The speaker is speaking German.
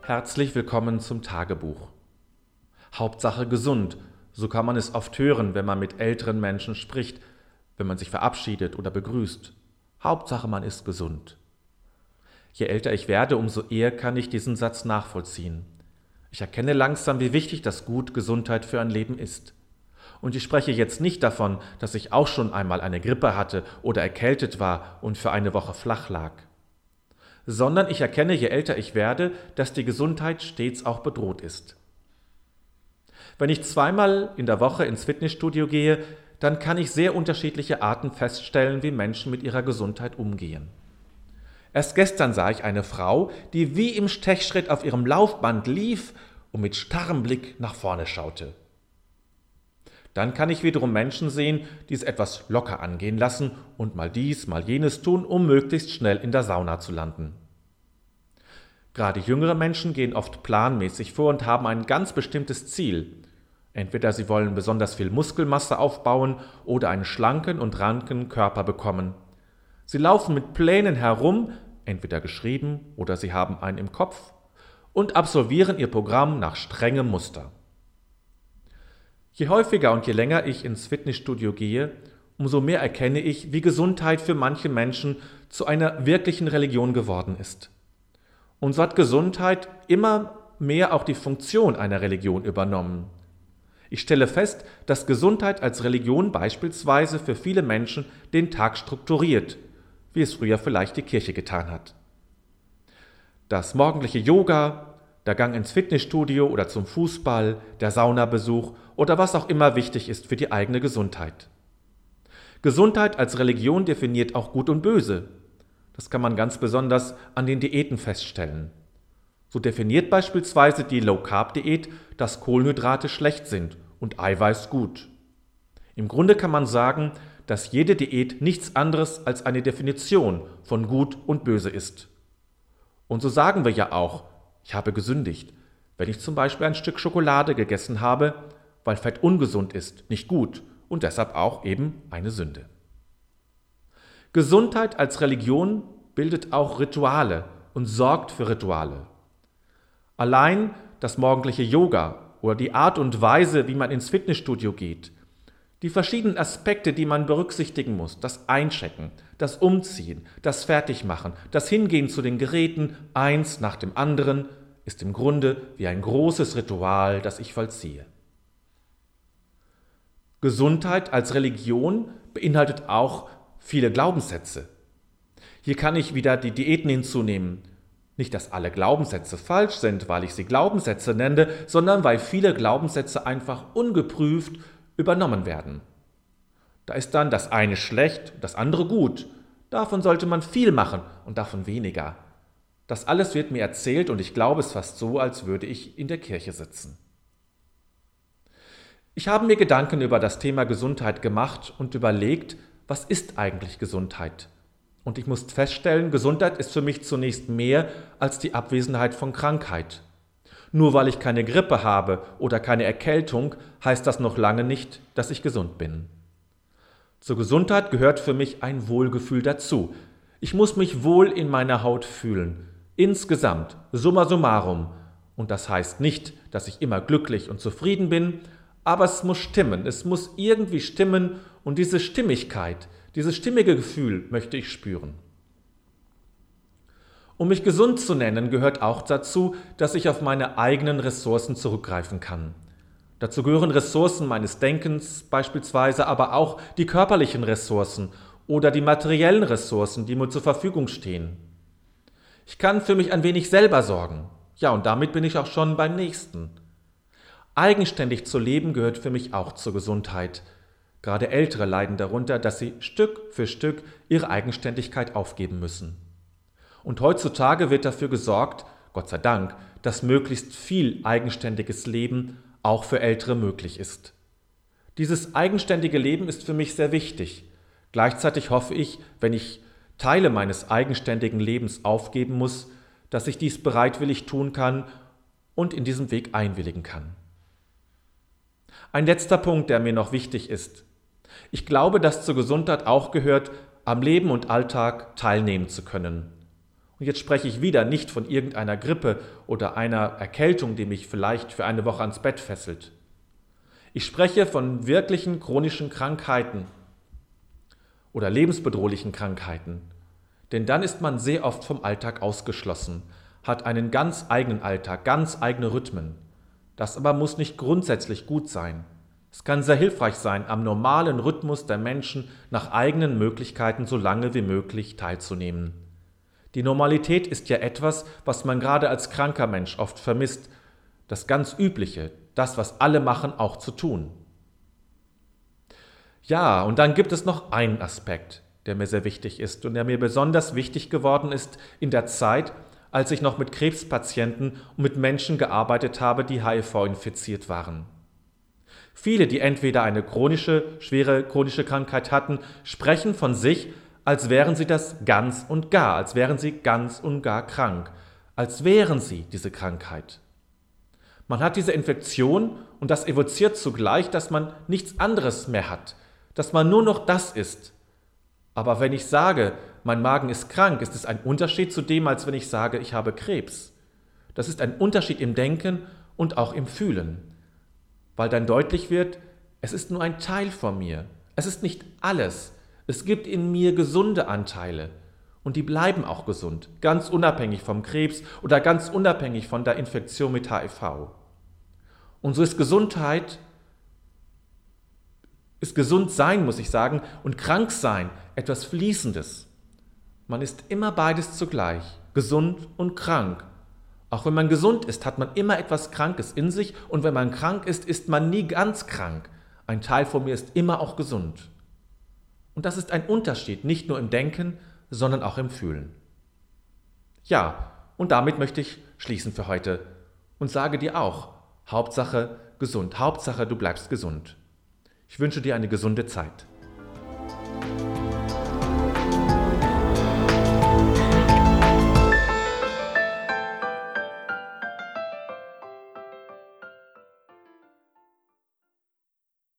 Herzlich willkommen zum Tagebuch. Hauptsache gesund, so kann man es oft hören, wenn man mit älteren Menschen spricht, wenn man sich verabschiedet oder begrüßt. Hauptsache man ist gesund. Je älter ich werde, umso eher kann ich diesen Satz nachvollziehen. Ich erkenne langsam, wie wichtig das Gut Gesundheit für ein Leben ist. Und ich spreche jetzt nicht davon, dass ich auch schon einmal eine Grippe hatte oder erkältet war und für eine Woche flach lag. Sondern ich erkenne, je älter ich werde, dass die Gesundheit stets auch bedroht ist. Wenn ich zweimal in der Woche ins Fitnessstudio gehe, dann kann ich sehr unterschiedliche Arten feststellen, wie Menschen mit ihrer Gesundheit umgehen. Erst gestern sah ich eine Frau, die wie im Stechschritt auf ihrem Laufband lief und mit starrem Blick nach vorne schaute. Dann kann ich wiederum Menschen sehen, die es etwas locker angehen lassen und mal dies, mal jenes tun, um möglichst schnell in der Sauna zu landen. Gerade jüngere Menschen gehen oft planmäßig vor und haben ein ganz bestimmtes Ziel. Entweder sie wollen besonders viel Muskelmasse aufbauen oder einen schlanken und ranken Körper bekommen. Sie laufen mit Plänen herum, entweder geschrieben oder sie haben einen im Kopf, und absolvieren ihr Programm nach strengem Muster. Je häufiger und je länger ich ins Fitnessstudio gehe, umso mehr erkenne ich, wie Gesundheit für manche Menschen zu einer wirklichen Religion geworden ist. Und so hat Gesundheit immer mehr auch die Funktion einer Religion übernommen. Ich stelle fest, dass Gesundheit als Religion beispielsweise für viele Menschen den Tag strukturiert, wie es früher vielleicht die Kirche getan hat. Das morgendliche Yoga, der Gang ins Fitnessstudio oder zum Fußball, der Saunabesuch oder was auch immer wichtig ist für die eigene Gesundheit. Gesundheit als Religion definiert auch Gut und Böse. Das kann man ganz besonders an den Diäten feststellen. So definiert beispielsweise die Low-Carb-Diät, dass Kohlenhydrate schlecht sind und Eiweiß gut. Im Grunde kann man sagen, dass jede Diät nichts anderes als eine Definition von Gut und Böse ist. Und so sagen wir ja auch, ich habe gesündigt, wenn ich zum Beispiel ein Stück Schokolade gegessen habe, weil Fett ungesund ist, nicht gut und deshalb auch eben eine Sünde. Gesundheit als Religion bildet auch Rituale und sorgt für Rituale. Allein das morgendliche Yoga oder die Art und Weise, wie man ins Fitnessstudio geht, die verschiedenen Aspekte, die man berücksichtigen muss, das Einchecken, das Umziehen, das Fertigmachen, das Hingehen zu den Geräten, eins nach dem anderen, ist im Grunde wie ein großes Ritual, das ich vollziehe. Gesundheit als Religion beinhaltet auch viele Glaubenssätze. Hier kann ich wieder die Diäten hinzunehmen. Nicht, dass alle Glaubenssätze falsch sind, weil ich sie Glaubenssätze nenne, sondern weil viele Glaubenssätze einfach ungeprüft übernommen werden. Da ist dann das eine schlecht, das andere gut. Davon sollte man viel machen und davon weniger. Das alles wird mir erzählt und ich glaube es fast so, als würde ich in der Kirche sitzen. Ich habe mir Gedanken über das Thema Gesundheit gemacht und überlegt, was ist eigentlich Gesundheit? Und ich muss feststellen, Gesundheit ist für mich zunächst mehr als die Abwesenheit von Krankheit. Nur weil ich keine Grippe habe oder keine Erkältung, heißt das noch lange nicht, dass ich gesund bin. Zur Gesundheit gehört für mich ein Wohlgefühl dazu. Ich muss mich wohl in meiner Haut fühlen. Insgesamt, summa summarum. Und das heißt nicht, dass ich immer glücklich und zufrieden bin, aber es muss stimmen. Es muss irgendwie stimmen und diese Stimmigkeit, dieses stimmige Gefühl möchte ich spüren. Um mich gesund zu nennen, gehört auch dazu, dass ich auf meine eigenen Ressourcen zurückgreifen kann. Dazu gehören Ressourcen meines Denkens beispielsweise, aber auch die körperlichen Ressourcen oder die materiellen Ressourcen, die mir zur Verfügung stehen. Ich kann für mich ein wenig selber sorgen. Ja, und damit bin ich auch schon beim nächsten. Eigenständig zu leben gehört für mich auch zur Gesundheit. Gerade Ältere leiden darunter, dass sie Stück für Stück ihre Eigenständigkeit aufgeben müssen. Und heutzutage wird dafür gesorgt, Gott sei Dank, dass möglichst viel eigenständiges Leben auch für Ältere möglich ist. Dieses eigenständige Leben ist für mich sehr wichtig. Gleichzeitig hoffe ich, wenn ich Teile meines eigenständigen Lebens aufgeben muss, dass ich dies bereitwillig tun kann und in diesem Weg einwilligen kann. Ein letzter Punkt, der mir noch wichtig ist. Ich glaube, dass zur Gesundheit auch gehört, am Leben und Alltag teilnehmen zu können. Und jetzt spreche ich wieder nicht von irgendeiner Grippe oder einer Erkältung, die mich vielleicht für eine Woche ans Bett fesselt. Ich spreche von wirklichen chronischen Krankheiten oder lebensbedrohlichen Krankheiten. Denn dann ist man sehr oft vom Alltag ausgeschlossen, hat einen ganz eigenen Alltag, ganz eigene Rhythmen. Das aber muss nicht grundsätzlich gut sein. Es kann sehr hilfreich sein, am normalen Rhythmus der Menschen nach eigenen Möglichkeiten so lange wie möglich teilzunehmen. Die Normalität ist ja etwas, was man gerade als kranker Mensch oft vermisst, das ganz Übliche, das, was alle machen, auch zu tun. Ja, und dann gibt es noch einen Aspekt, der mir sehr wichtig ist und der mir besonders wichtig geworden ist in der Zeit, als ich noch mit Krebspatienten und mit Menschen gearbeitet habe, die HIV-infiziert waren. Viele, die entweder eine schwere chronische Krankheit hatten, sprechen von sich, als wären sie das ganz und gar, als wären sie ganz und gar krank, als wären sie diese Krankheit. Man hat diese Infektion und das evoziert zugleich, dass man nichts anderes mehr hat, dass man nur noch das ist. Aber wenn ich sage, mein Magen ist krank, ist es ein Unterschied zu dem, als wenn ich sage, ich habe Krebs. Das ist ein Unterschied im Denken und auch im Fühlen, weil dann deutlich wird, es ist nur ein Teil von mir, es ist nicht alles. Es gibt in mir gesunde Anteile und die bleiben auch gesund, ganz unabhängig vom Krebs oder ganz unabhängig von der Infektion mit HIV. Und so ist gesund sein, muss ich sagen, und krank sein etwas Fließendes. Man ist immer beides zugleich, gesund und krank. Auch wenn man gesund ist, hat man immer etwas Krankes in sich und wenn man krank ist, ist man nie ganz krank. Ein Teil von mir ist immer auch gesund. Und das ist ein Unterschied, nicht nur im Denken, sondern auch im Fühlen. Ja, und damit möchte ich schließen für heute und sage dir auch, Hauptsache gesund, Hauptsache du bleibst gesund. Ich wünsche dir eine gesunde Zeit.